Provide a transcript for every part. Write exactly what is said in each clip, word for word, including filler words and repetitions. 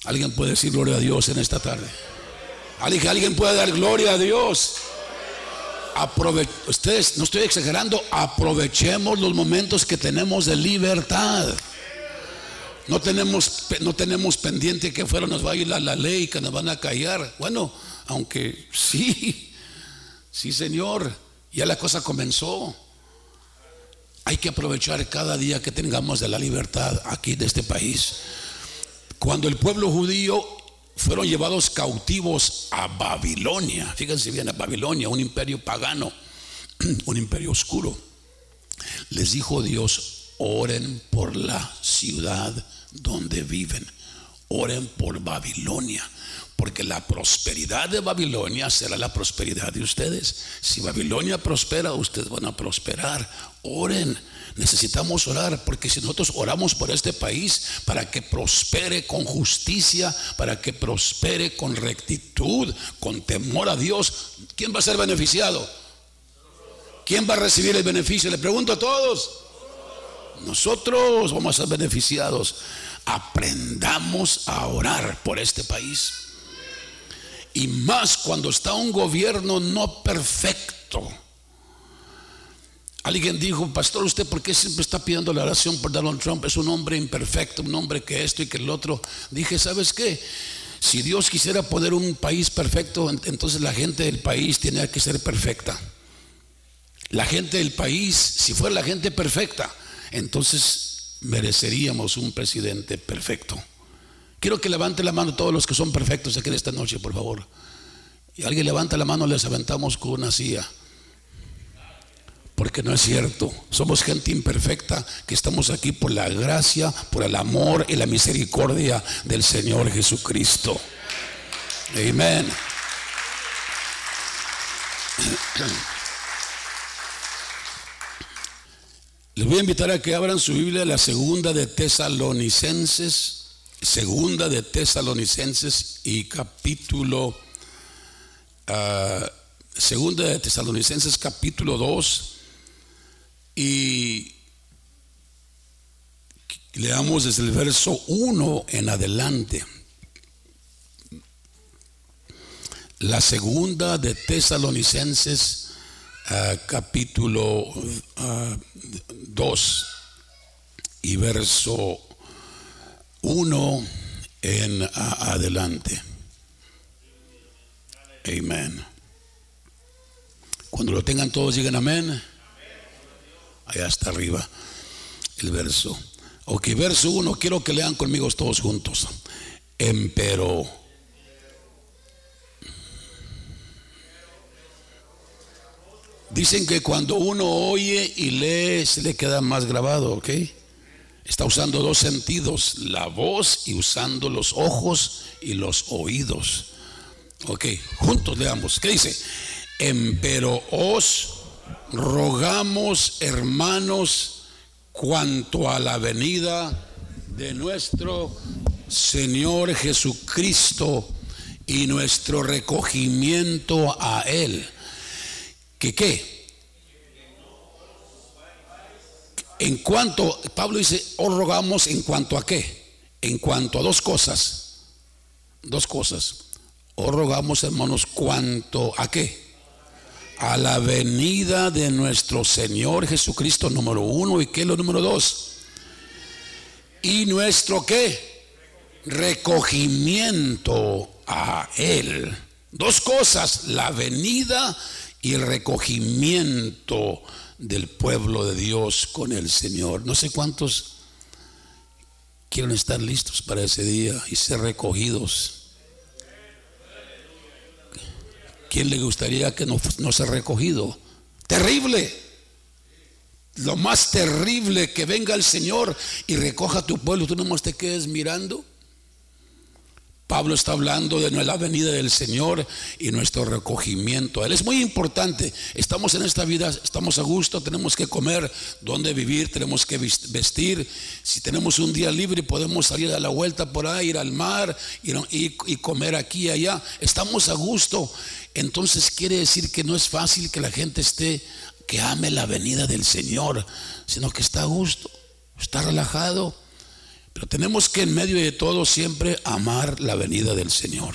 Alguien puede decir gloria a Dios en esta tarde. Alguien, alguien puede dar gloria a Dios. Aprove Ustedes, no estoy exagerando, aprovechemos los momentos que tenemos de libertad. No tenemos, no tenemos pendiente que fuera nos va a ir la, la ley, que nos van a callar. Bueno, aunque sí, sí Señor, ya la cosa comenzó. Hay que aprovechar cada día que tengamos de la libertad aquí de este país. Cuando el pueblo judío fueron llevados cautivos a Babilonia, fíjense bien, a Babilonia, un imperio pagano, un imperio oscuro, les dijo Dios: oren por la ciudad donde viven, oren por Babilonia, porque la prosperidad de Babilonia será la prosperidad de ustedes. Si Babilonia prospera, ustedes van a prosperar. Oren. Necesitamos orar, porque si nosotros oramos por este país para que prospere con justicia, para que prospere con rectitud, con temor a Dios, ¿quién va a ser beneficiado? ¿Quién va a recibir el beneficio? Le pregunto a todos. Nosotros vamos a ser beneficiados. Aprendamos a orar por este país, y más cuando está un gobierno no perfecto. Alguien dijo: pastor, ¿usted por qué siempre está pidiendo la oración por Donald Trump? Es un hombre imperfecto, un hombre que esto y que el otro. Dije: ¿sabes qué? Si Dios quisiera poner un país perfecto, entonces la gente del país tiene que ser perfecta. La gente del país, si fuera la gente perfecta, entonces mereceríamos un presidente perfecto. Quiero que levante la mano todos los que son perfectos aquí en esta noche, por favor. Y alguien levanta la mano, les aventamos con una silla. Porque no es cierto, somos gente imperfecta que estamos aquí por la gracia, por el amor y la misericordia del Señor Jesucristo. Amén. Les voy a invitar a que abran su Biblia a la segunda de Tesalonicenses, segunda de Tesalonicenses y capítulo, uh, segunda de Tesalonicenses capítulo dos. Y leamos desde el verso uno en adelante. La segunda de Tesalonicenses, uh, capítulo uh, dos y verso uno en uh, adelante. Amén. Cuando lo tengan todos, digan amén. Allá está arriba el verso. Ok, verso uno, quiero que lean conmigo todos juntos. Empero dicen que cuando uno oye y lee se le queda más grabado, ok. Está usando dos sentidos, la voz y usando los ojos y los oídos. Ok, juntos leamos. ¿Qué dice? Empero os rogamos, hermanos, cuanto a la venida de nuestro Señor Jesucristo y nuestro recogimiento a Él. ¿Que qué? En cuanto, Pablo dice, os rogamos en cuanto a qué. En cuanto a dos cosas. Dos cosas. Os rogamos, hermanos, cuanto a qué. A la venida de nuestro Señor Jesucristo, número uno. ¿Y qué es lo número dos? Y nuestro qué, recogimiento a Él. Dos cosas: la venida y el recogimiento del pueblo de Dios con el Señor. No sé cuántos quieren estar listos para ese día y ser recogidos. ¿Quién le gustaría que no, no sea recogido? Terrible. Lo más terrible, que venga el Señor y recoja a tu pueblo, tú nomás te quedes mirando. Pablo está hablando de la venida del Señor y nuestro recogimiento. Él es muy importante. Estamos en esta vida, estamos a gusto, tenemos que comer, dónde vivir, tenemos que vestir. Si tenemos un día libre, podemos salir a la vuelta por ahí, ir al mar y, y, y comer aquí y allá. Estamos a gusto. Entonces quiere decir que no es fácil que la gente esté, que ame la venida del Señor, sino que está a gusto, está relajado. Pero tenemos que en medio de todo siempre amar la venida del Señor.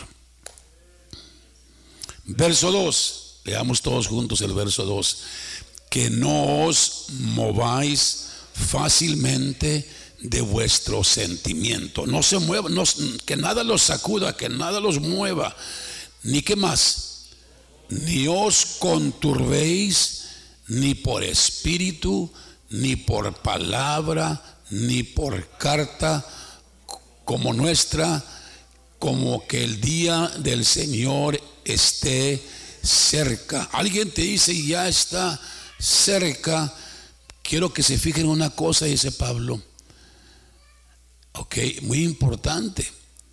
Verso dos, leamos todos juntos el verso dos. Que no os mováis fácilmente de vuestro sentimiento. No se mueva, no, que nada los sacuda, que nada los mueva. Ni qué más, ni os conturbéis, ni por espíritu, ni por palabra, ni por carta como nuestra, como que el día del Señor esté cerca. Alguien te dice ya está cerca. Quiero que se fijen en una cosa, dice Pablo. Ok, muy importante.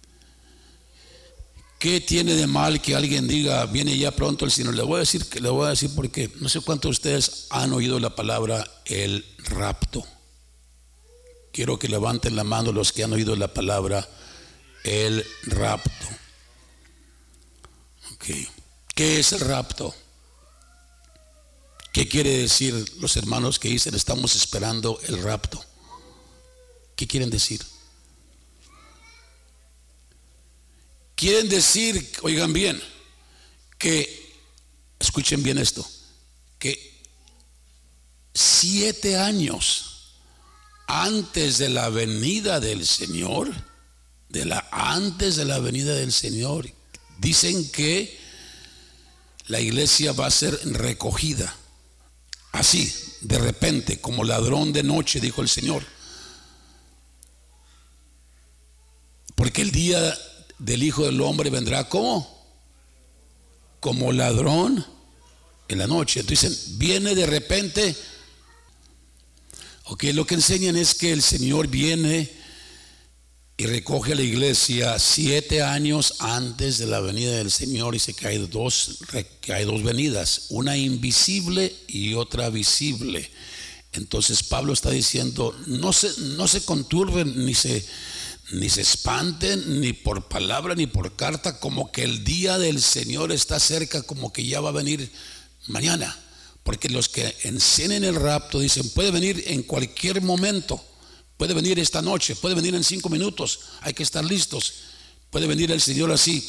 ¿Qué tiene de mal que alguien diga viene ya pronto el Señor? Le voy a decir que le voy a decir porque no sé cuántos de ustedes han oído la palabra el rapto. Quiero que levanten la mano los que han oído la palabra el rapto. Okay. ¿Qué es el rapto? ¿Qué quiere decir los hermanos que dicen estamos esperando el rapto? ¿Qué quieren decir? Quieren decir, oigan bien, que, escuchen bien esto, que siete años antes de la venida del Señor, de la, antes de la venida del Señor, dicen que la iglesia va a ser recogida, así, de repente, como ladrón de noche, dijo el Señor. Porque el día del Hijo del Hombre vendrá como como ladrón en la noche. Entonces viene de repente. Ok, lo que enseñan es que el Señor viene y recoge a la iglesia siete años antes de la venida del Señor. Dice que hay dos, que hay dos venidas, una invisible y otra visible. Entonces Pablo está diciendo, no se, no se conturben ni se ni se espanten, ni por palabra ni por carta, como que el día del Señor está cerca, como que ya va a venir mañana. Porque los que enseñan el rapto dicen puede venir en cualquier momento, puede venir esta noche, puede venir en cinco minutos, hay que estar listos, puede venir el Señor así.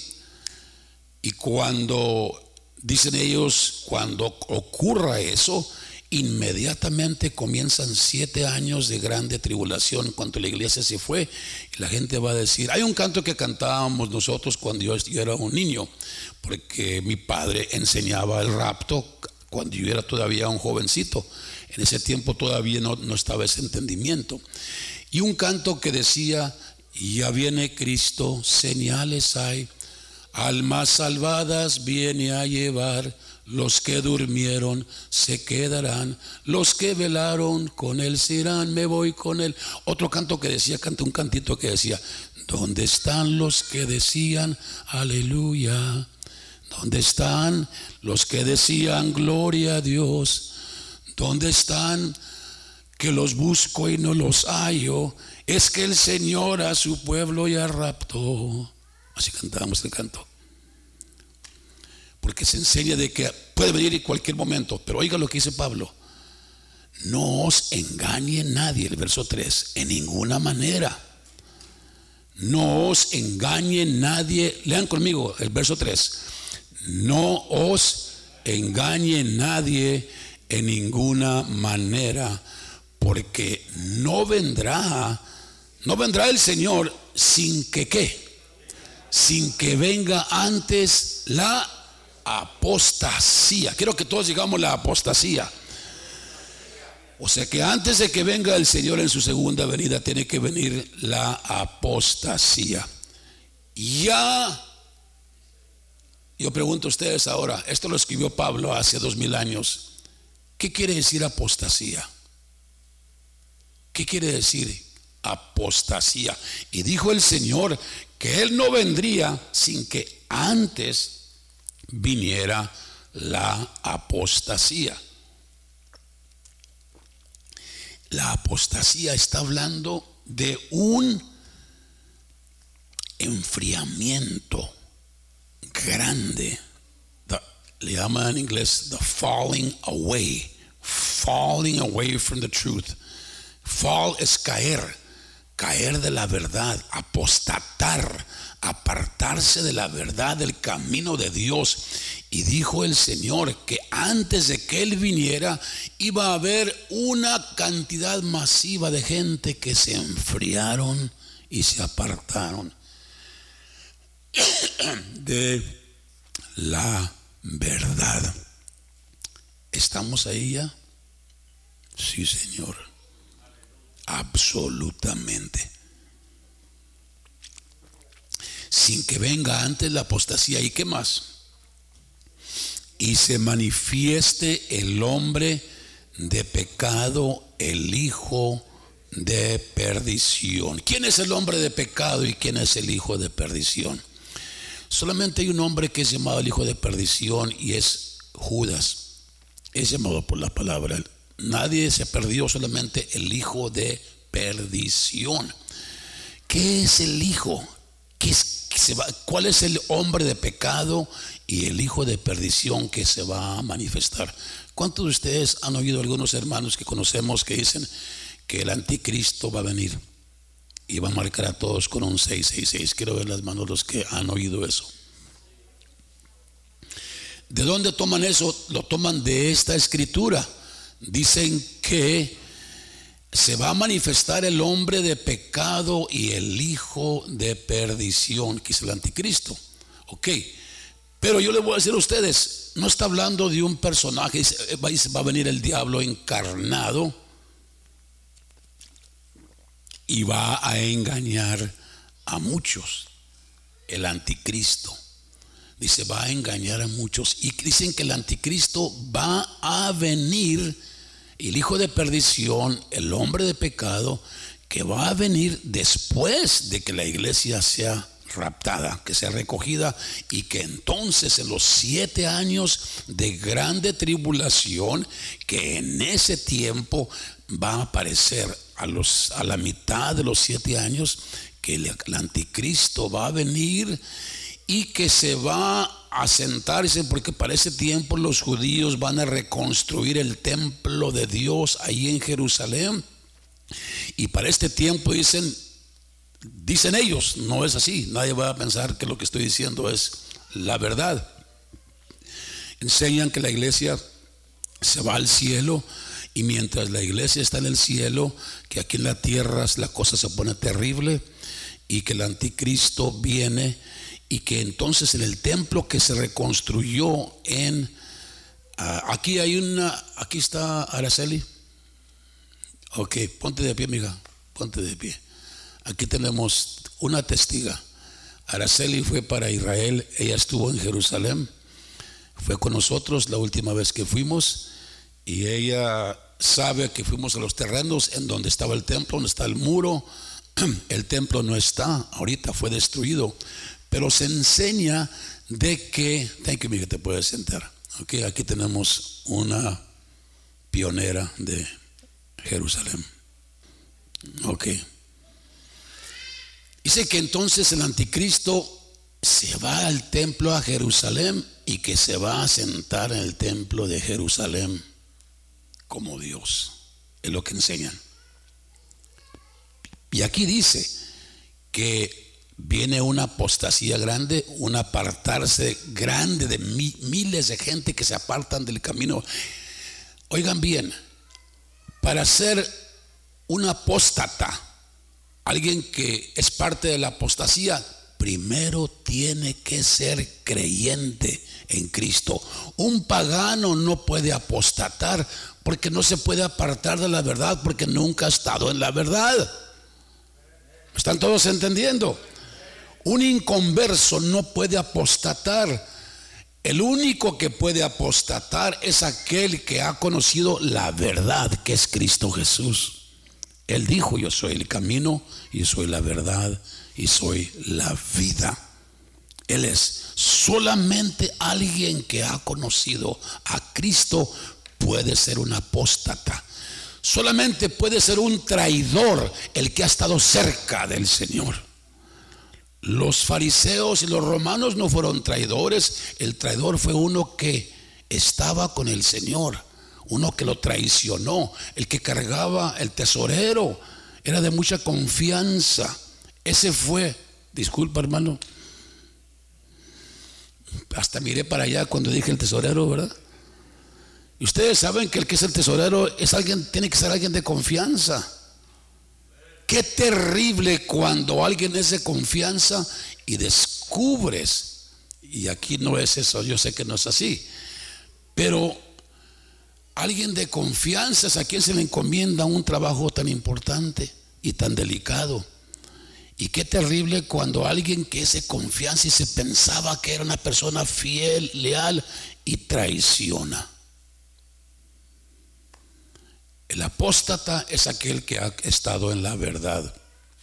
Y cuando dicen ellos, cuando ocurra eso, inmediatamente comienzan siete años de grande tribulación. Cuando la iglesia se fue, la gente va a decir, hay un canto que cantábamos nosotros cuando yo, yo era un niño, porque mi padre enseñaba el rapto cuando yo era todavía un jovencito. En ese tiempo todavía no, no estaba ese entendimiento. Y un canto que decía, ya viene Cristo, señales hay, almas salvadas viene a llevar. Los que durmieron se quedarán, los que velaron con él se irán, me voy con él. Otro canto que decía, canté un cantito que decía, ¿dónde están los que decían aleluya? ¿Dónde están los que decían gloria a Dios? ¿Dónde están que los busco y no los hallo? Es que el Señor a su pueblo ya raptó. Así cantábamos el canto. Porque se enseña de que puede venir en cualquier momento. Pero oiga lo que dice Pablo: no os engañe nadie, el verso tres, en ninguna manera. No os engañe nadie. Lean conmigo el verso tres. No os engañe nadie en ninguna manera, porque no vendrá, no vendrá el Señor sin que ¿qué? Sin que venga antes la apostasía. Quiero que todos digamos la apostasía. O sea que antes de que venga el Señor en su segunda venida, tiene que venir la apostasía. Ya, yo pregunto a ustedes ahora, esto lo escribió Pablo hace dos mil años. ¿Qué quiere decir apostasía? ¿Qué quiere decir apostasía? Y dijo el Señor que Él no vendría sin que antes viniera la apostasía. La apostasía está hablando de un enfriamiento grande. The, le llaman en inglés the falling away, falling away from the truth. Fall es caer, caer de la verdad, apostatar, apartarse de la verdad, del camino de Dios. Y dijo el Señor que antes de que Él viniera iba a haber una cantidad masiva de gente que se enfriaron y se apartaron de la verdad. ¿Estamos ahí ya? Sí, Señor. Absolutamente. Sin que venga antes la apostasía. ¿Y qué más? Y se manifieste el hombre de pecado, el hijo de perdición. ¿Quién es el hombre de pecado y quién es el hijo de perdición? Solamente hay un hombre que es llamado el hijo de perdición y es Judas. Es llamado por la palabra. Nadie se perdió, solamente el hijo de perdición. ¿Qué es el hijo? ¿Qué es, qué se va, ¿Cuál es el hombre de pecado y el hijo de perdición que se va a manifestar? ¿Cuántos de ustedes han oído algunos hermanos que conocemos que dicen que el anticristo va a venir y va a marcar a todos con un seis seis seis? Quiero ver las manos los que han oído eso. ¿De dónde toman eso? Lo toman de esta escritura. Dicen que se va a manifestar el hombre de pecado y el hijo de perdición, que es el anticristo. Ok, pero yo les voy a decir a ustedes, no está hablando de un personaje. Va a venir el diablo encarnado y va a engañar a muchos. El anticristo dice, va a engañar a muchos. Y dicen que el anticristo va a venir, el hijo de perdición, el hombre de pecado, que va a venir después de que la iglesia sea raptada, que sea recogida, y que entonces en los siete años de grande tribulación, que en ese tiempo va a aparecer a, los, a la mitad de los siete años, que el, el anticristo va a venir y que se va a sentarse, porque para ese tiempo los judíos van a reconstruir el templo de Dios ahí en Jerusalén. Y para este tiempo dicen, dicen ellos, no es así, nadie va a pensar que lo que estoy diciendo es la verdad. Enseñan que la iglesia se va al cielo, y mientras la iglesia está en el cielo, que aquí en la tierra la cosa se pone terrible, y que el anticristo viene, y que entonces en el templo que se reconstruyó en uh, aquí hay una, aquí está Araceli. Ok, ponte de pie, amiga, ponte de pie. Aquí tenemos una testiga. Araceli fue para Israel, ella estuvo en Jerusalén, fue con nosotros la última vez que fuimos, y ella sabe que fuimos a los terrenos en donde estaba el templo, donde está el muro. El templo no está, ahorita fue destruido, pero se enseña de que, thank you, que te puedes sentar. Okay, aquí tenemos una pionera de Jerusalén. Ok. Dice que entonces el anticristo se va al templo a Jerusalén y que se va a sentar en el templo de Jerusalén como Dios. Es lo que enseñan. Y aquí dice que viene una apostasía grande, un apartarse grande de mi, miles de gente que se apartan del camino. Oigan bien, para ser un apóstata, alguien que es parte de la apostasía, primero tiene que ser creyente en Cristo. Un pagano no puede apostatar porque no se puede apartar de la verdad, porque nunca ha estado en la verdad. ¿Están todos entendiendo? Un inconverso no puede apostatar. El único que puede apostatar es aquel que ha conocido la verdad, que es Cristo Jesús. Él dijo: yo soy el camino y soy la verdad y soy la vida. Él es solamente alguien que ha conocido a Cristo puede ser un apóstata. Solamente puede ser un traidor el que ha estado cerca del Señor. Los fariseos y los romanos no fueron traidores. El traidor fue uno que estaba con el Señor, uno que lo traicionó, el que cargaba el tesorero, era de mucha confianza. Ese fue, disculpa hermano, hasta miré para allá cuando dije el tesorero, ¿verdad? Y ustedes saben que el que es el tesorero es alguien, tiene que ser alguien de confianza. Qué terrible cuando alguien es de confianza y descubres, y aquí no es eso, yo sé que no es así, pero alguien de confianza es a quien se le encomienda un trabajo tan importante y tan delicado. Y qué terrible cuando alguien que es de confianza y se pensaba que era una persona fiel, leal, y traiciona. El apóstata es aquel que ha estado en la verdad.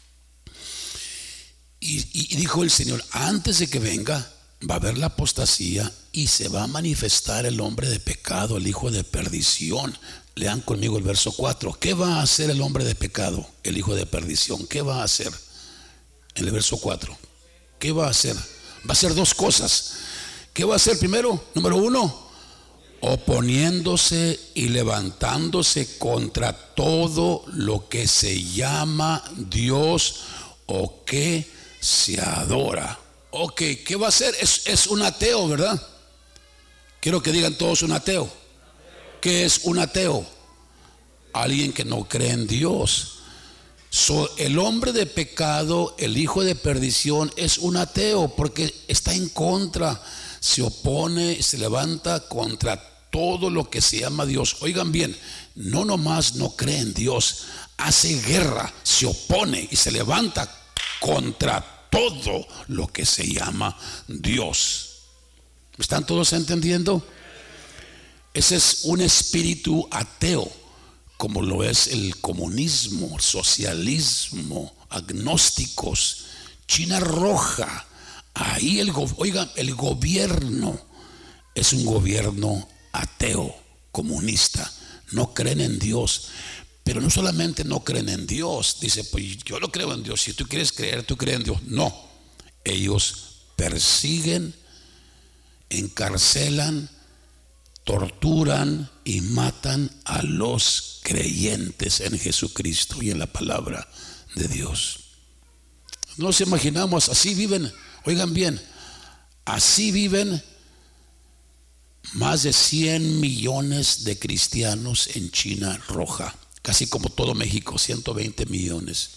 Y, y, y dijo el Señor, antes de que venga, va a haber la apostasía y se va a manifestar el hombre de pecado, el hijo de perdición. Lean conmigo el verso cuatro. ¿Qué va a hacer el hombre de pecado, el hijo de perdición? ¿Qué va a hacer? En el verso cuatro. ¿Qué va a hacer? Va a hacer dos cosas. ¿Qué va a hacer primero? Número uno, oponiéndose y levantándose contra todo lo que se llama Dios o que se adora. Ok, ¿qué va a hacer? Es, es un ateo, ¿verdad? Quiero que digan todos un ateo. ¿Qué es un ateo? Alguien que no cree en Dios. So, el hombre de pecado, el hijo de perdición, es un ateo porque está en contra, se opone, se levanta contra todo lo que se llama Dios. Oigan bien, no nomás no cree en Dios, hace guerra, se opone y se levanta contra todo lo que se llama Dios. ¿Están todos entendiendo? Ese es un espíritu ateo, como lo es el comunismo, el socialismo, agnósticos, China roja. Ahí el, oigan, el gobierno es un gobierno ateo, comunista. No creen en Dios. Pero no solamente no creen en Dios. Dice, pues yo no creo en Dios. Si tú quieres creer, tú crees en Dios. No. Ellos persiguen, encarcelan, torturan y matan a los creyentes en Jesucristo y en la palabra de Dios. Nos imaginamos, así viven, oigan bien, así viven más de cien millones de cristianos en China roja, casi como todo México, ciento veinte millones.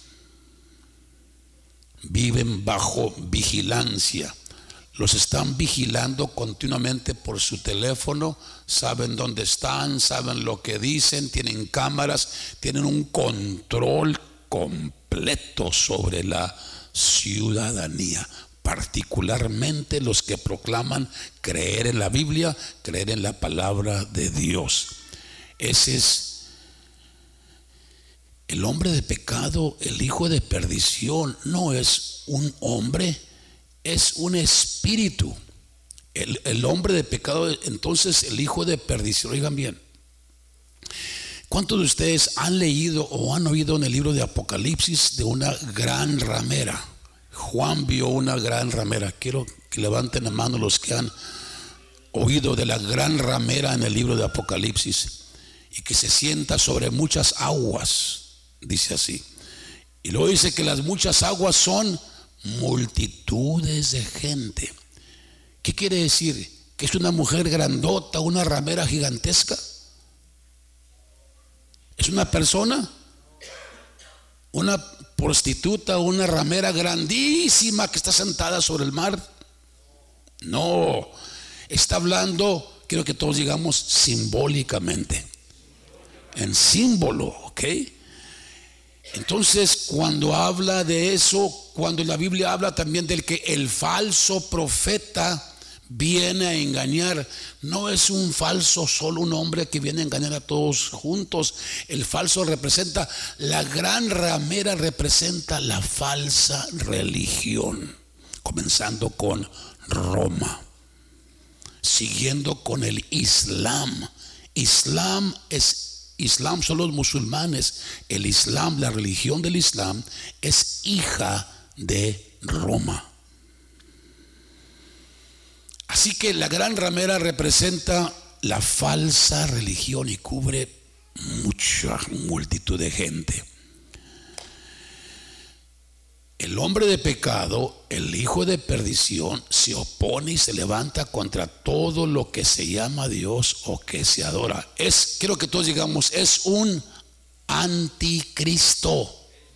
Viven bajo vigilancia. Los están vigilando continuamente por su teléfono, saben dónde están, saben lo que dicen, tienen cámaras, tienen un control completo sobre la ciudadanía, particularmente los que proclaman creer en la Biblia, creer en la palabra de Dios. Ese es el hombre de pecado, el hijo de perdición. No es un hombre, es un espíritu. El, el hombre de pecado, entonces el hijo de perdición. Oigan bien, ¿cuántos de ustedes han leído o han oído en el libro de Apocalipsis de una gran ramera? Juan vio una gran ramera. Quiero que levanten la mano los que han oído de la gran ramera en el libro de Apocalipsis. Y que se sienta sobre muchas aguas, dice así. Y luego dice que las muchas aguas son multitudes de gente. ¿Qué quiere decir? ¿Que es una mujer grandota, una ramera gigantesca? ¿Es una persona? ¿Una prostituta, una ramera grandísima que está sentada sobre el mar? No, está hablando, quiero que todos digamos simbólicamente, en símbolo, ¿ok? Entonces, cuando habla de eso, cuando la Biblia habla también del que el falso profeta viene a engañar, no es un falso solo un hombre que viene a engañar a todos juntos. El falso representa, la gran ramera representa la falsa religión, comenzando con Roma, siguiendo con el Islam. Islam es Islam son los musulmanes. El Islam, la religión del Islam, es hija de Roma. Así que la gran ramera representa la falsa religión y cubre mucha multitud de gente. el hombre de pecado, el hijo de perdición, se opone y se levanta contra todo lo que se llama Dios o que se adora. Es, quiero que todos digamos, es un anticristo.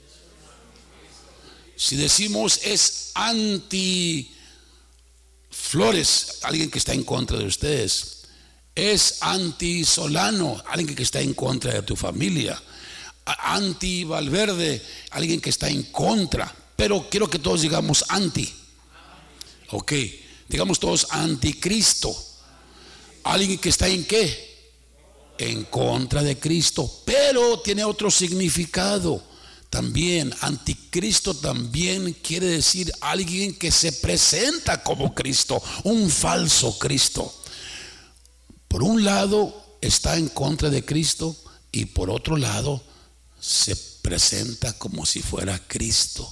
Si decimos es anti Flores, alguien que está en contra de ustedes. Es anti Solano, alguien que está en contra de tu familia. Anti Valverde, alguien que está en contra. Pero quiero que todos digamos anti. Ok, digamos todos anticristo. Alguien que está en qué? En contra de Cristo. Pero tiene otro significado. También anticristo también quiere decir alguien que se presenta como Cristo, un falso Cristo. Por un lado está en contra de Cristo y por otro lado se presenta como si fuera Cristo.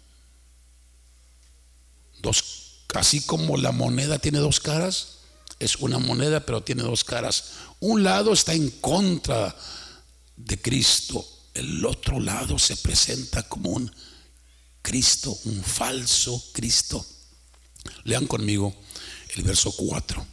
Dos, así como la moneda tiene dos caras, es una moneda pero tiene dos caras. Un lado está en contra de Cristo. El otro lado se presenta como un Cristo, un falso Cristo. Lean conmigo el verso cuatro.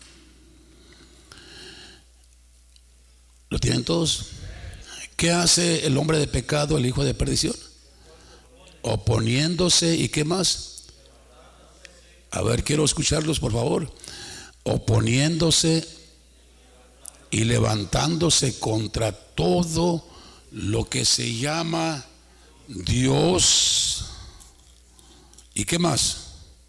¿Lo tienen todos? ¿Qué hace el hombre de pecado, el hijo de perdición? Oponiéndose, ¿y qué más? A ver, quiero escucharlos, por favor. Oponiéndose y levantándose contra todo lo que se llama Dios. ¿Y qué más?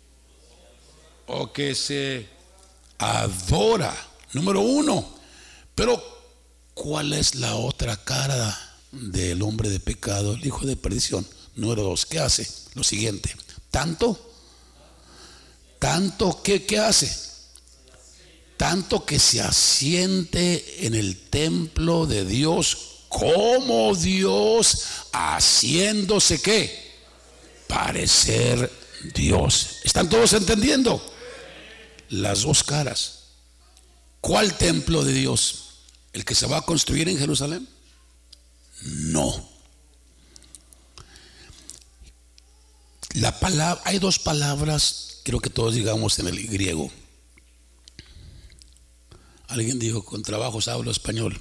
O que se adora. Número uno. Pero ¿cuál es la otra cara del hombre de pecado, el hijo de perdición? Número dos. ¿Qué hace? Lo siguiente. Tanto, tanto que ¿qué hace? Tanto que se asiente en el templo de Dios como Dios, haciéndose ¿qué? Parecer Dios. ¿Están todos entendiendo? Las dos caras. ¿Cuál templo de Dios? ¿El que se va a construir en Jerusalén? No. La palabra, hay dos palabras, quiero que todos digamos en el griego. Alguien dijo, con trabajos hablo español.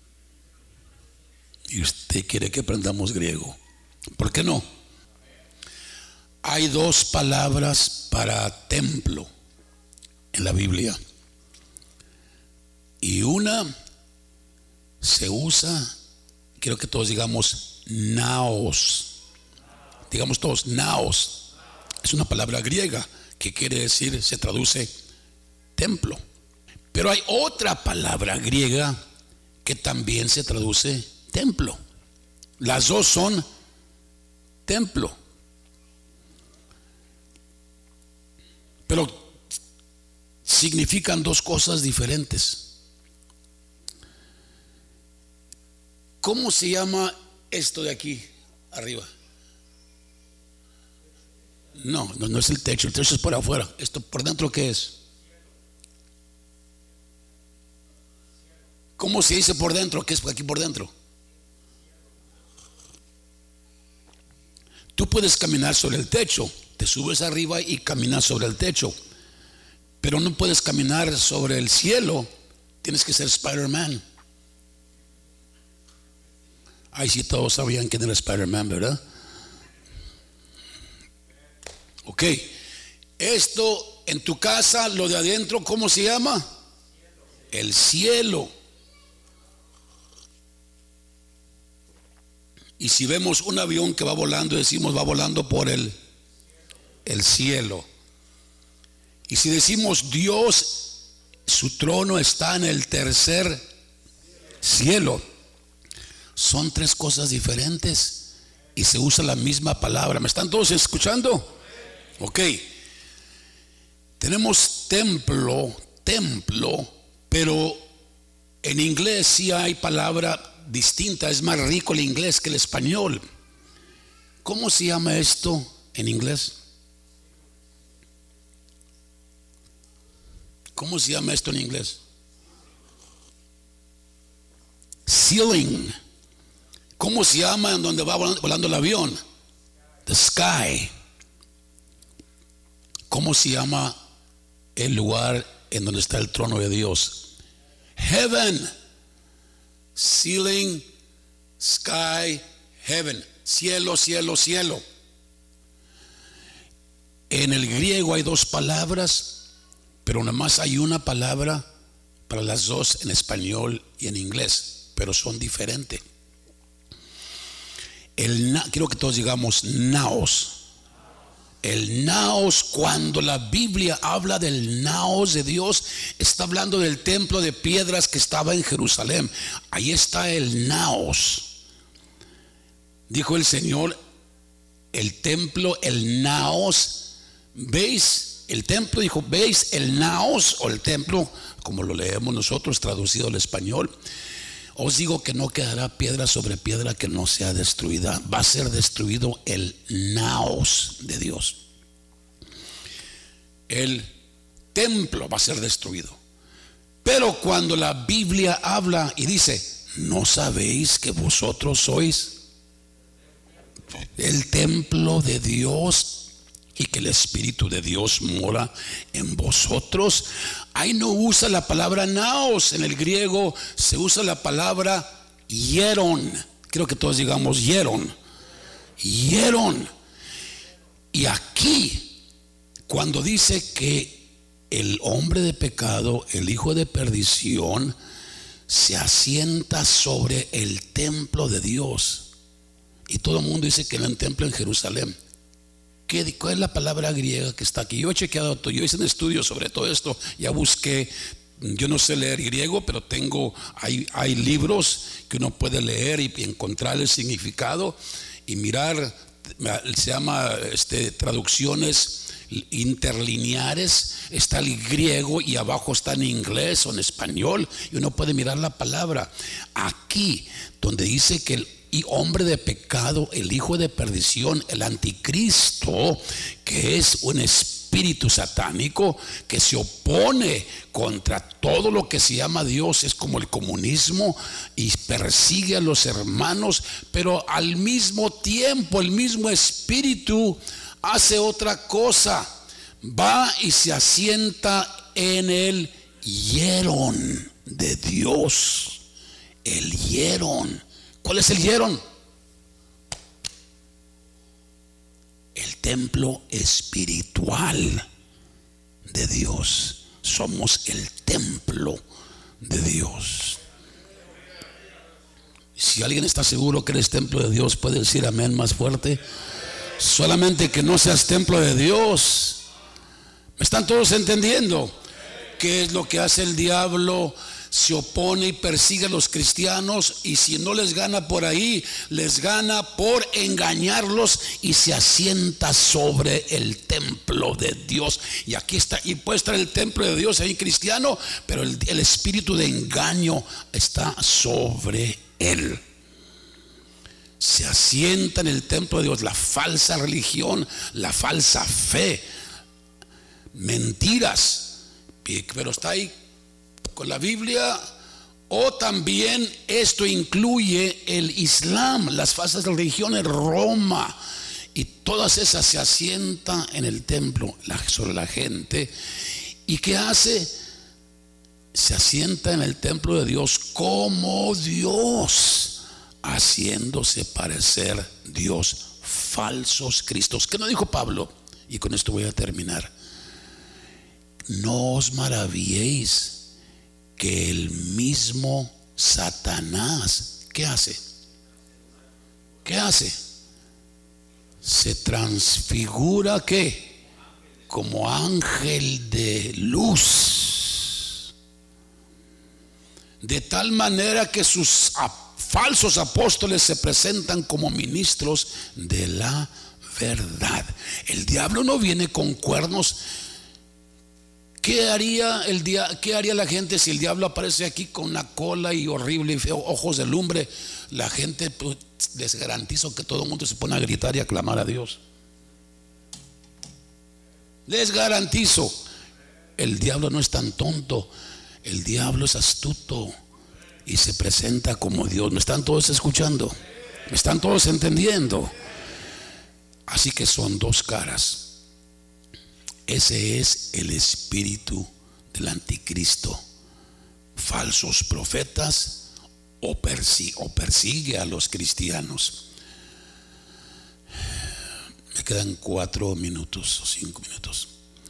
Y usted quiere que aprendamos griego. ¿Por qué no? Hay dos palabras para templo en la Biblia. Y una se usa, quiero que todos digamos naos. Digamos todos naos. Es una palabra griega que quiere decir, se traduce templo. Pero hay otra palabra griega que también se traduce templo. Las dos son templo. Pero significan dos cosas diferentes. ¿Cómo se llama esto de aquí arriba? No, no, no es el techo. El techo es por afuera. ¿Esto por dentro qué es? ¿Cómo se dice por dentro? ¿Qué es aquí por dentro? Tú puedes caminar sobre el techo, te subes arriba y caminas sobre el techo, pero no puedes caminar sobre el cielo. Tienes que ser Spider-Man. Ay, sí, todos sabían quién era Spider-Man, ¿verdad? Ok. Esto en tu casa, lo de adentro, ¿cómo se llama? El cielo. Y si vemos un avión que va volando, decimos va volando por el, el cielo. Y si decimos Dios, su trono está en el tercer cielo, son tres cosas diferentes y se usa la misma palabra. ¿Me están todos escuchando? Ok. Tenemos templo, templo, pero en inglés sí hay palabra distinta, es más rico el inglés que el español. ¿Cómo se llama esto en inglés? ¿Cómo se llama esto en inglés? Ceiling. ¿Cómo se llama en donde va volando, volando el avión? the sky. ¿Cómo se llama el lugar en donde está el trono de Dios? Heaven. Ceiling, sky, heaven. Cielo, cielo, cielo. En el griego hay dos palabras, pero nada más hay una palabra para las dos en español y en inglés, pero son diferentes. El, quiero que todos digamos naos. El naos, cuando la Biblia habla del naos de Dios, está hablando del templo de piedras que estaba en Jerusalén. Ahí está el naos. Dijo el Señor, el templo, el naos. ¿Veis? El templo, dijo, ¿veis el naos o el templo? Como lo leemos nosotros traducido al español. Os digo que no quedará piedra sobre piedra que no sea destruida. Va a ser destruido el naos de Dios. El templo va a ser destruido. Pero cuando la Biblia habla y dice, ¿no sabéis que vosotros sois el templo de Dios y que el Espíritu de Dios mora en vosotros? Ahí no usa la palabra naos. En el griego se usa la palabra hieron. Creo que todos digamos hieron. Hieron. Y aquí, cuando dice que el hombre de pecado, el hijo de perdición, se asienta sobre el templo de Dios, y todo el mundo dice que en el templo en Jerusalén, ¿qué, ¿cuál es la palabra griega que está aquí? Yo he chequeado todo, yo hice un estudio sobre todo esto, ya busqué. Yo no sé leer griego, pero tengo, hay, hay libros que uno puede leer y encontrar el significado y mirar. Se llama este, traducciones interlineares. Está el griego y abajo está en inglés o en español, y uno puede mirar la palabra. Aquí donde dice que el y hombre de pecado, el hijo de perdición, el anticristo, que es un espíritu satánico que se opone contra todo lo que se llama Dios, es como el comunismo, y persigue a los hermanos, pero al mismo tiempo el mismo espíritu hace otra cosa, va y se asienta en el hierón de Dios. El hierón. ¿Cuál es el hierón? El templo espiritual de Dios. Somos el templo de Dios. Si alguien está seguro que eres templo de Dios, puede decir amén más fuerte. Solamente que no seas templo de Dios. ¿Me están todos entendiendo? ¿Qué es lo que hace el diablo? Se opone y persigue a los cristianos, y si no les gana por ahí, les gana por engañarlos, y se asienta sobre el templo de Dios. Y aquí está, y puede estar el templo de Dios ahí cristiano, pero el, el espíritu de engaño está sobre él. Se asienta en el templo de Dios la falsa religión, la falsa fe, mentiras, pero está ahí con la Biblia. O también esto incluye el Islam, las falsas religiones, Roma, y todas esas se asientan en el templo sobre la gente. ¿Y qué hace? Se asienta en el templo de Dios como Dios, haciéndose parecer Dios, falsos cristos. ¿Qué no dijo Pablo? Y con esto voy a terminar. No os maravilléis que el mismo Satanás, ¿qué hace? ¿Qué hace? Se transfigura, ¿qué? Como ángel de luz, de tal manera que sus falsos apóstoles se presentan como ministros de la verdad. El diablo no viene con cuernos. ¿Qué haría el dia- ¿Qué haría la gente si el diablo aparece aquí con una cola y horrible y feo, ojos de lumbre? La gente, pues, les garantizo que todo el mundo se pone a gritar y a clamar a Dios. Les garantizo. El diablo no es tan tonto. El diablo es astuto y se presenta como Dios. ¿Me están todos escuchando? ¿Me están todos entendiendo? Así que son dos caras. Ese es el espíritu del anticristo. Falsos profetas o, persigue, o persigue a los cristianos. Me quedan cuatro minutos o cinco minutos.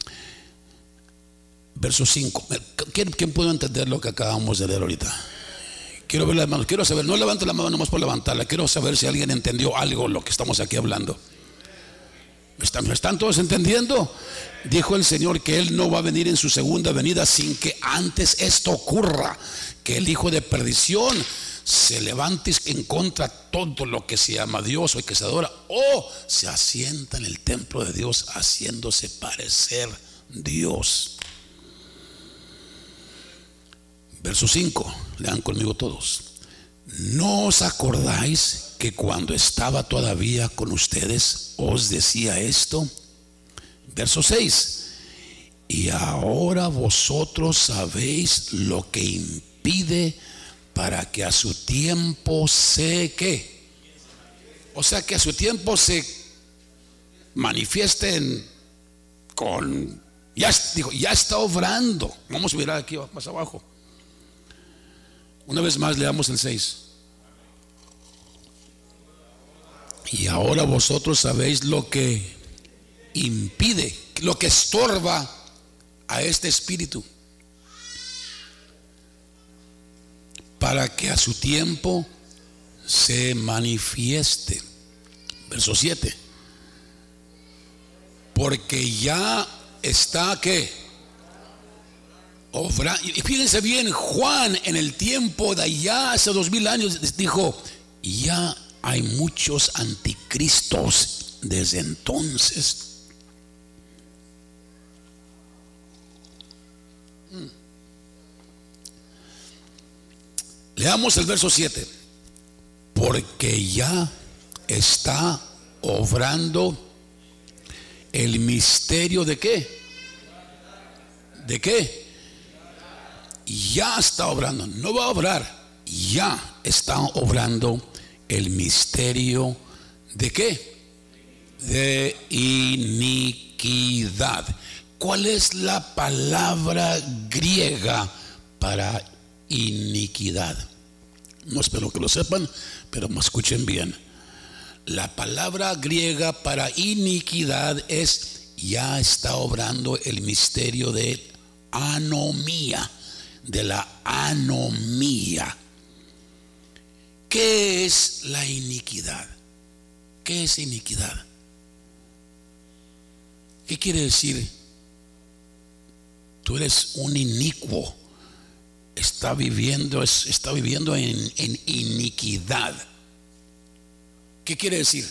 Verso cinco. ¿Quién, ¿Quién puede entender lo que acabamos de leer ahorita? Quiero ver las manos, quiero saber, no levante la mano nomás por levantarla. Quiero saber si alguien entendió algo lo que estamos aquí hablando. ¿Me están, ¿Me están todos entendiendo? Dijo el Señor que Él no va a venir en su segunda venida sin que antes esto ocurra, que el hijo de perdición se levante en contra de todo lo que se llama Dios o que se adora, o se asienta en el templo de Dios haciéndose parecer Dios. Verso cinco, lean conmigo todos. ¿No os acordáis que cuando estaba todavía con ustedes os decía esto? Verso seis. Y ahora vosotros sabéis lo que impide para que a su tiempo se ¿qué? O sea, que a su tiempo se manifiesten con ya, digo, ya está obrando. Vamos a mirar aquí más abajo. Una vez más leamos el seis. Y ahora vosotros sabéis lo que impide, lo que estorba a este espíritu, para que a su tiempo se manifieste. Verso siete. Porque ya está ¿qué? Obra. Y fíjense bien, Juan en el tiempo de allá hace dos mil años dijo: ya hay muchos anticristos desde entonces. Leamos el verso siete. Porque ya está obrando el misterio de qué? ¿De qué? Ya está obrando, no va a obrar, ya está obrando el misterio de qué? De iniquidad. ¿Cuál es la palabra griega para iniquidad? No espero que lo sepan, pero me escuchen bien. La palabra griega para iniquidad es: ya está obrando el misterio de anomía, de la anomía. ¿Qué es la iniquidad? ¿Qué es iniquidad? ¿Qué quiere decir? Tú eres un inicuo. Está viviendo, está viviendo en, en iniquidad. ¿Qué quiere decir?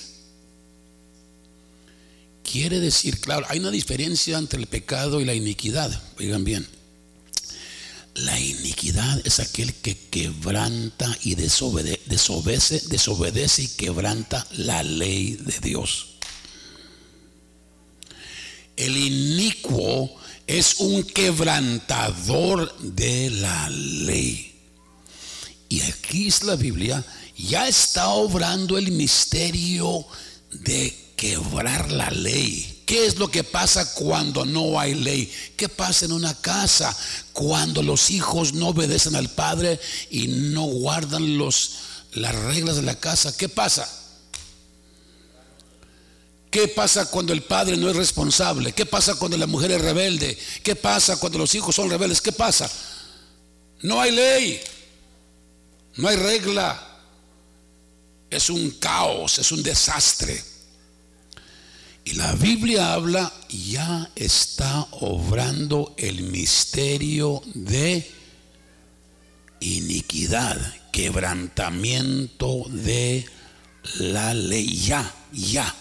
Quiere decir, claro, hay una diferencia entre el pecado y la iniquidad. Oigan bien. La iniquidad es aquel que quebranta y desobede, desobedece, desobedece y quebranta la ley de Dios. El inicuo es un quebrantador de la ley. Y aquí es la Biblia, ya está obrando el misterio de quebrar la ley. ¿Qué es lo que pasa cuando no hay ley? ¿Qué pasa en una casa cuando los hijos no obedecen al padre y no guardan los, las reglas de la casa? ¿Qué pasa? ¿Qué pasa cuando el padre no es responsable? ¿Qué pasa cuando la mujer es rebelde? ¿Qué pasa cuando los hijos son rebeldes? ¿Qué pasa? No hay ley, no hay regla. Es un caos, es un desastre. Y la Biblia habla: ya está obrando el misterio de iniquidad, quebrantamiento de la ley. Ya, ya.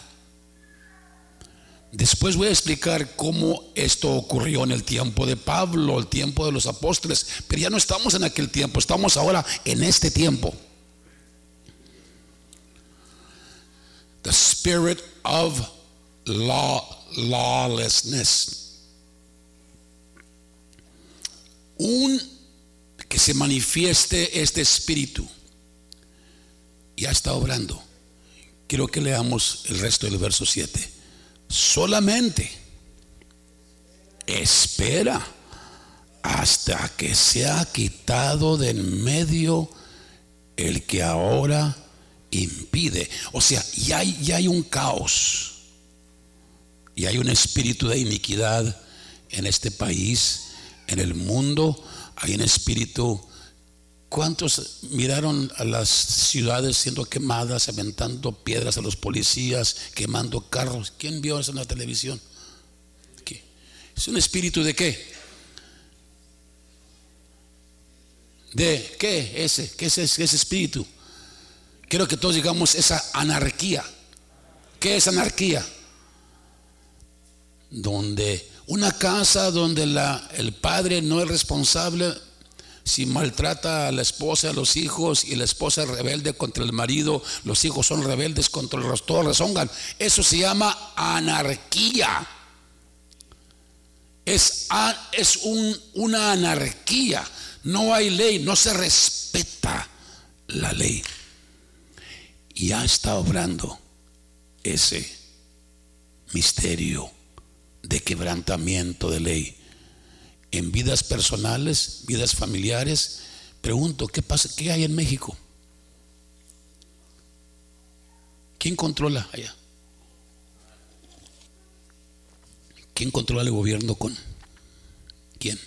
Después voy a explicar cómo esto ocurrió en el tiempo de Pablo, el tiempo de los apóstoles, pero ya no estamos en aquel tiempo, estamos ahora en este tiempo. The spirit of law, lawlessness. Un que se manifieste este espíritu ya está obrando. Quiero que leamos el resto del verso siete. Solamente espera hasta que sea quitado de en medio el que ahora impide. O sea, ya hay, ya hay un caos y hay un espíritu de iniquidad en este país, en el mundo. Hay un espíritu. ¿Cuántos miraron a las ciudades siendo quemadas, aventando piedras a los policías, quemando carros? ¿Quién vio eso en la televisión? ¿Qué? ¿Es un espíritu de qué? ¿De qué? Ese, ¿qué es ese, ese espíritu? Quiero que todos digamos esa anarquía. ¿Qué es anarquía? Donde una casa donde la, el padre no es responsable si maltrata a la esposa, a los hijos, y la esposa es rebelde contra el marido, los hijos son rebeldes contra los, todos rezongan. Eso se llama anarquía. Es, a, es un, una anarquía. No hay ley, no se respeta la ley. Y ya está obrando ese misterio de quebrantamiento de ley en vidas personales, vidas familiares. Pregunto, ¿qué pasa? ¿Qué hay en México? ¿Quién controla allá? ¿Quién controla el gobierno con? ¿Quién?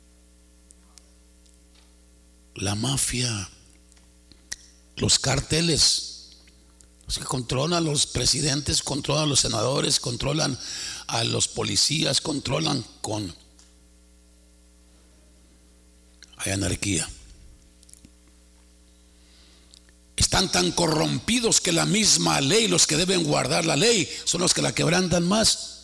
La mafia, los carteles. Los que controlan a los presidentes, controlan a los senadores, controlan a los policías, controlan con. Hay anarquía. Están tan corrompidos que la misma ley, los que deben guardar la ley, son los que la quebrantan más.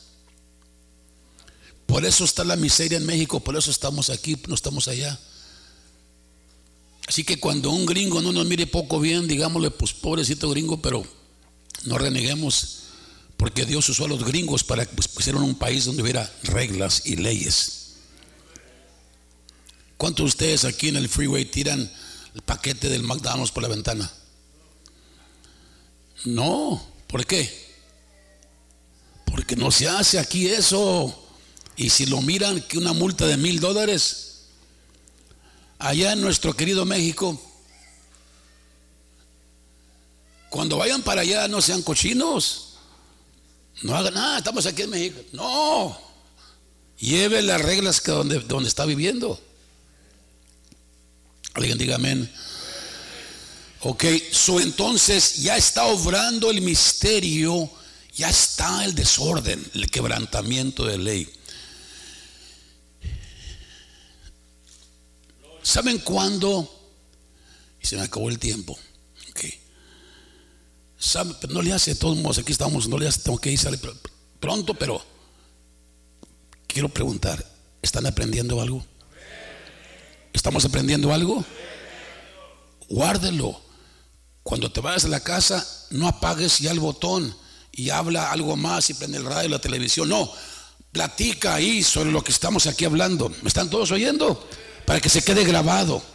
Por eso está la miseria en México, por eso estamos aquí, no estamos allá. Así que cuando un gringo no nos mire poco bien, digámosle, pues pobrecito gringo, pero no reneguemos, porque Dios usó a los gringos para que pues, pusieran un país donde hubiera reglas y leyes. ¿Cuántos de ustedes aquí en el freeway tiran el paquete del McDonald's por la ventana? No, ¿por qué? Porque no se hace aquí eso. Y si lo miran, que una multa de mil dólares. Allá en nuestro querido México, cuando vayan para allá, no sean cochinos, no hagan nada. Estamos aquí en México. No, lleve las reglas que donde, donde está viviendo. Alguien diga amén. Ok, so entonces ya está obrando el misterio, ya está el desorden, el quebrantamiento de ley. ¿Saben cuándo? Y se me acabó el tiempo. Okay. ¿Saben? Pero no le hace, de todos modos, aquí estamos, no le hace, tengo que ir sale pronto, pero quiero preguntar, ¿están aprendiendo algo? ¿Estamos aprendiendo algo? Guárdelo. Cuando te vayas a la casa, no apagues ya el botón y habla algo más y prende el radio, la televisión. No, platica ahí sobre lo que estamos aquí hablando. ¿Me están todos oyendo? Para que se quede grabado.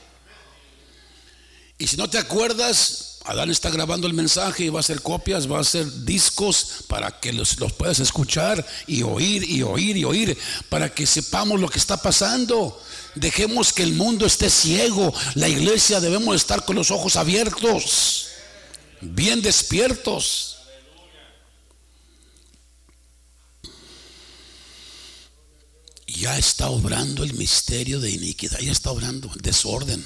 Y si no te acuerdas, Adán está grabando el mensaje y va a hacer copias, va a hacer discos para que los, los puedas escuchar y oír y oír y oír, para que sepamos lo que está pasando. Dejemos que el mundo esté ciego. La iglesia debemos estar con los ojos abiertos, bien despiertos. Ya está obrando el misterio de iniquidad, ya está obrando el desorden.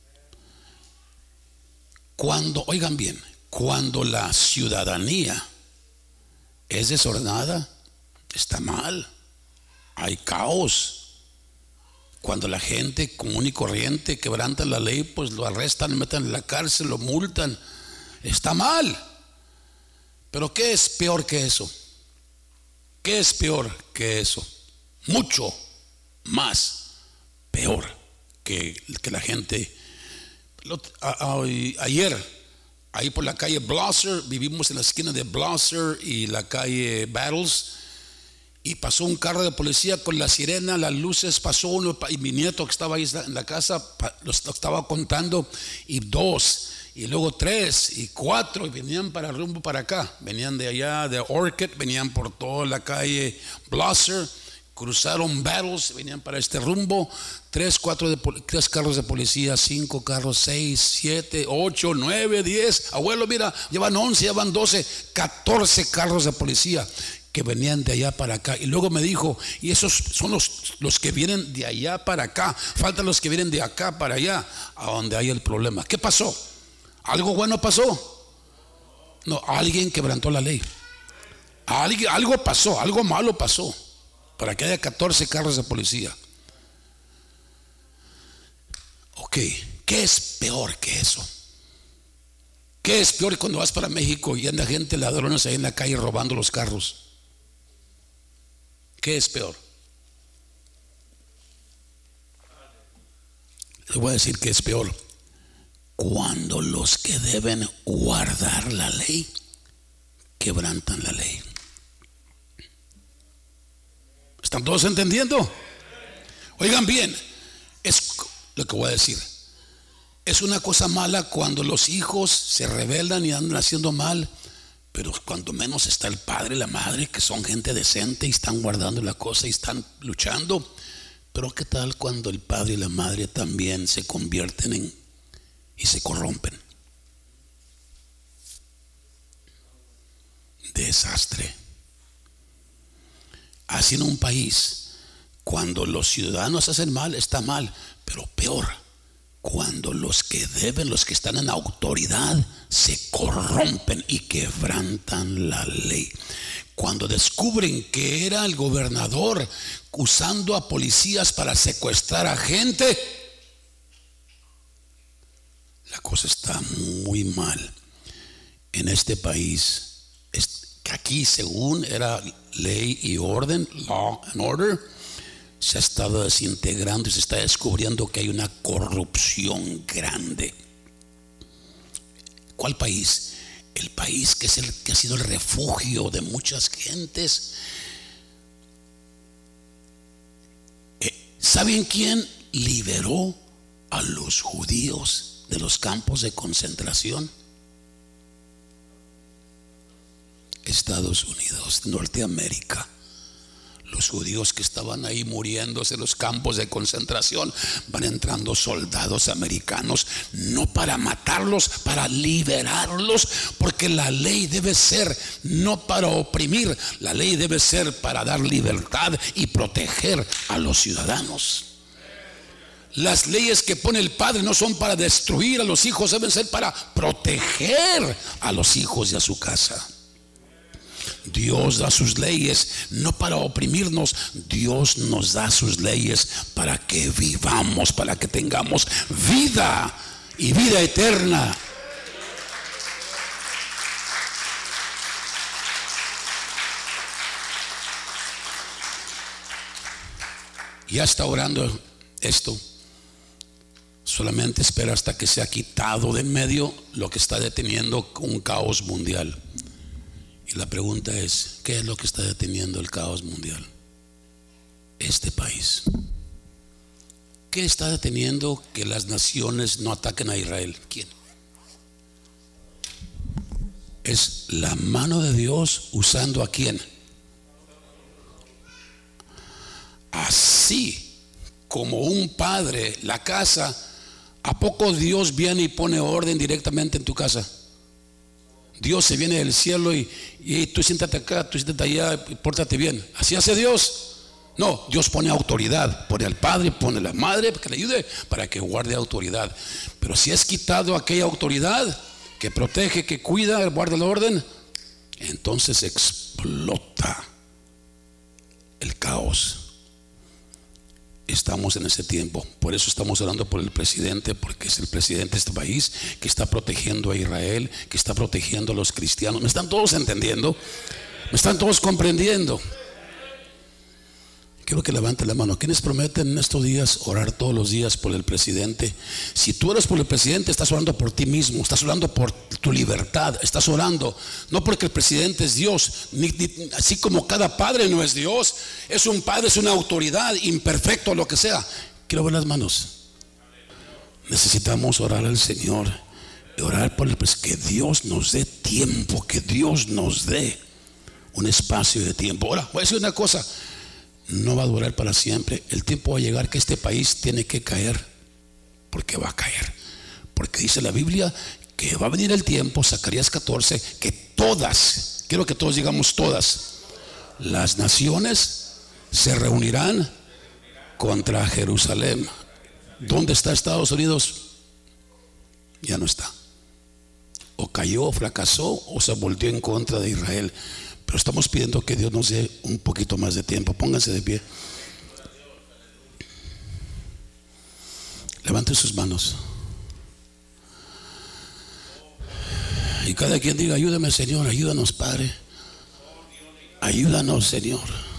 Cuando, oigan bien, cuando la ciudadanía es desordenada, está mal, hay caos. Cuando la gente común y corriente quebranta la ley, pues lo arrestan, lo meten en la cárcel, lo multan, está mal. Pero ¿qué es peor que eso? ¿Qué es peor que eso? Mucho más peor que, que la gente. A, a, ayer ahí por la calle Blosser, vivimos en la esquina de Blosser y la calle Battles, y pasó un carro de policía con la sirena, las luces, pasó uno, y mi nieto que estaba ahí en la casa lo estaba contando, y dos, y luego tres y cuatro, y venían para el rumbo para acá. Venían de allá de Orchid, venían por toda la calle Blosser, cruzaron Battles, venían para este rumbo. Tres, cuatro de, tres carros de policía, cinco carros, seis, siete, ocho, nueve, diez. Abuelo, mira, llevan once, llevan doce, catorce carros de policía que venían de allá para acá. Y luego me dijo, y esos son los, los que vienen de allá para acá. Faltan los que vienen de acá para allá, a donde hay el problema. ¿Qué pasó? ¿Algo bueno pasó? No, alguien quebrantó la ley. Alguien, algo pasó, algo malo pasó para que haya catorce carros de policía. Ok, ¿qué es peor que eso? ¿Qué es peor cuando vas para México y anda gente, ladrones ahí en la calle robando los carros? ¿Qué es peor? Les voy a decir que es peor cuando los que deben guardar la ley quebrantan la ley. ¿Están todos entendiendo? Oigan bien, es lo que voy a decir. Es una cosa mala cuando los hijos se rebelan y andan haciendo mal, pero cuando menos está el padre y la madre, que son gente decente y están guardando la cosa y están luchando. Pero ¿qué tal cuando el padre y la madre también se convierten en y se corrompen? Desastre. Así en un país, cuando los ciudadanos hacen mal, está mal, pero peor, cuando los que deben, los que están en autoridad, se corrompen y quebrantan la ley. Cuando descubren que era el gobernador usando a policías para secuestrar a gente, la cosa está muy mal en este país. Que aquí, según era ley y orden, law and order, se ha estado desintegrando y se está descubriendo que hay una corrupción grande. ¿Cuál país? El país que es el que ha sido el refugio de muchas gentes. ¿Saben quién liberó a los judíos de los campos de concentración? Estados Unidos, Norteamérica. Los judíos que estaban ahí muriéndose en los campos de concentración, van entrando soldados americanos, no para matarlos, para liberarlos, porque la ley debe ser no para oprimir, la ley debe ser para dar libertad y proteger a los ciudadanos. Las leyes que pone el padre no son para destruir a los hijos, deben ser para proteger a los hijos y a su casa. Dios da sus leyes no para oprimirnos. Dios nos da sus leyes para que vivamos, para que tengamos vida y vida eterna. Ya está orando esto. Solamente espera hasta que sea quitado de en medio lo que está deteniendo un caos mundial. Y la pregunta es, ¿qué es lo que está deteniendo el caos mundial? Este país. ¿Qué está deteniendo que las naciones no ataquen a Israel? ¿Quién? Es la mano de Dios usando a quién. Así como un padre, la casa, ¿a poco Dios viene y pone orden directamente en tu casa? Dios se viene del cielo y, y tú siéntate acá, tú siéntate allá y pórtate bien. ¿Así hace Dios? No, Dios pone autoridad, pone al padre, pone a la madre para que le ayude, para que guarde autoridad. Pero si es quitado aquella autoridad que protege, que cuida, guarda el orden, entonces explota el caos. Estamos en ese tiempo. Por eso estamos orando por el presidente, porque es el presidente de este país que está protegiendo a Israel, que está protegiendo a los cristianos. ¿Me están todos entendiendo? ¿Me están todos comprendiendo? Quiero que levante la mano. ¿Quiénes prometen en estos días orar todos los días por el presidente? Si tú eres por el presidente, estás orando por ti mismo, estás orando por tu libertad, estás orando no porque el presidente es Dios, ni, ni, así como cada padre no es Dios, es un padre, es una autoridad, imperfecto, lo que sea. Quiero ver las manos. Necesitamos orar al Señor y orar por el, pues que Dios nos dé tiempo, que Dios nos dé un espacio de tiempo. Ahora, voy a decir una cosa, no va a durar para siempre. El tiempo va a llegar que este país tiene que caer, porque va a caer, porque dice la Biblia que va a venir el tiempo, Zacarías catorce, que todas, quiero que todos digamos todas, las naciones se reunirán contra Jerusalén. ¿Dónde está Estados Unidos? Ya no está. O cayó, fracasó, o se volvió en contra de Israel. Pero estamos pidiendo que Dios nos dé un poquito más de tiempo. Pónganse de pie. Levanten sus manos. Y cada quien diga: ayúdame, Señor, ayúdanos, Padre. Ayúdanos, Señor.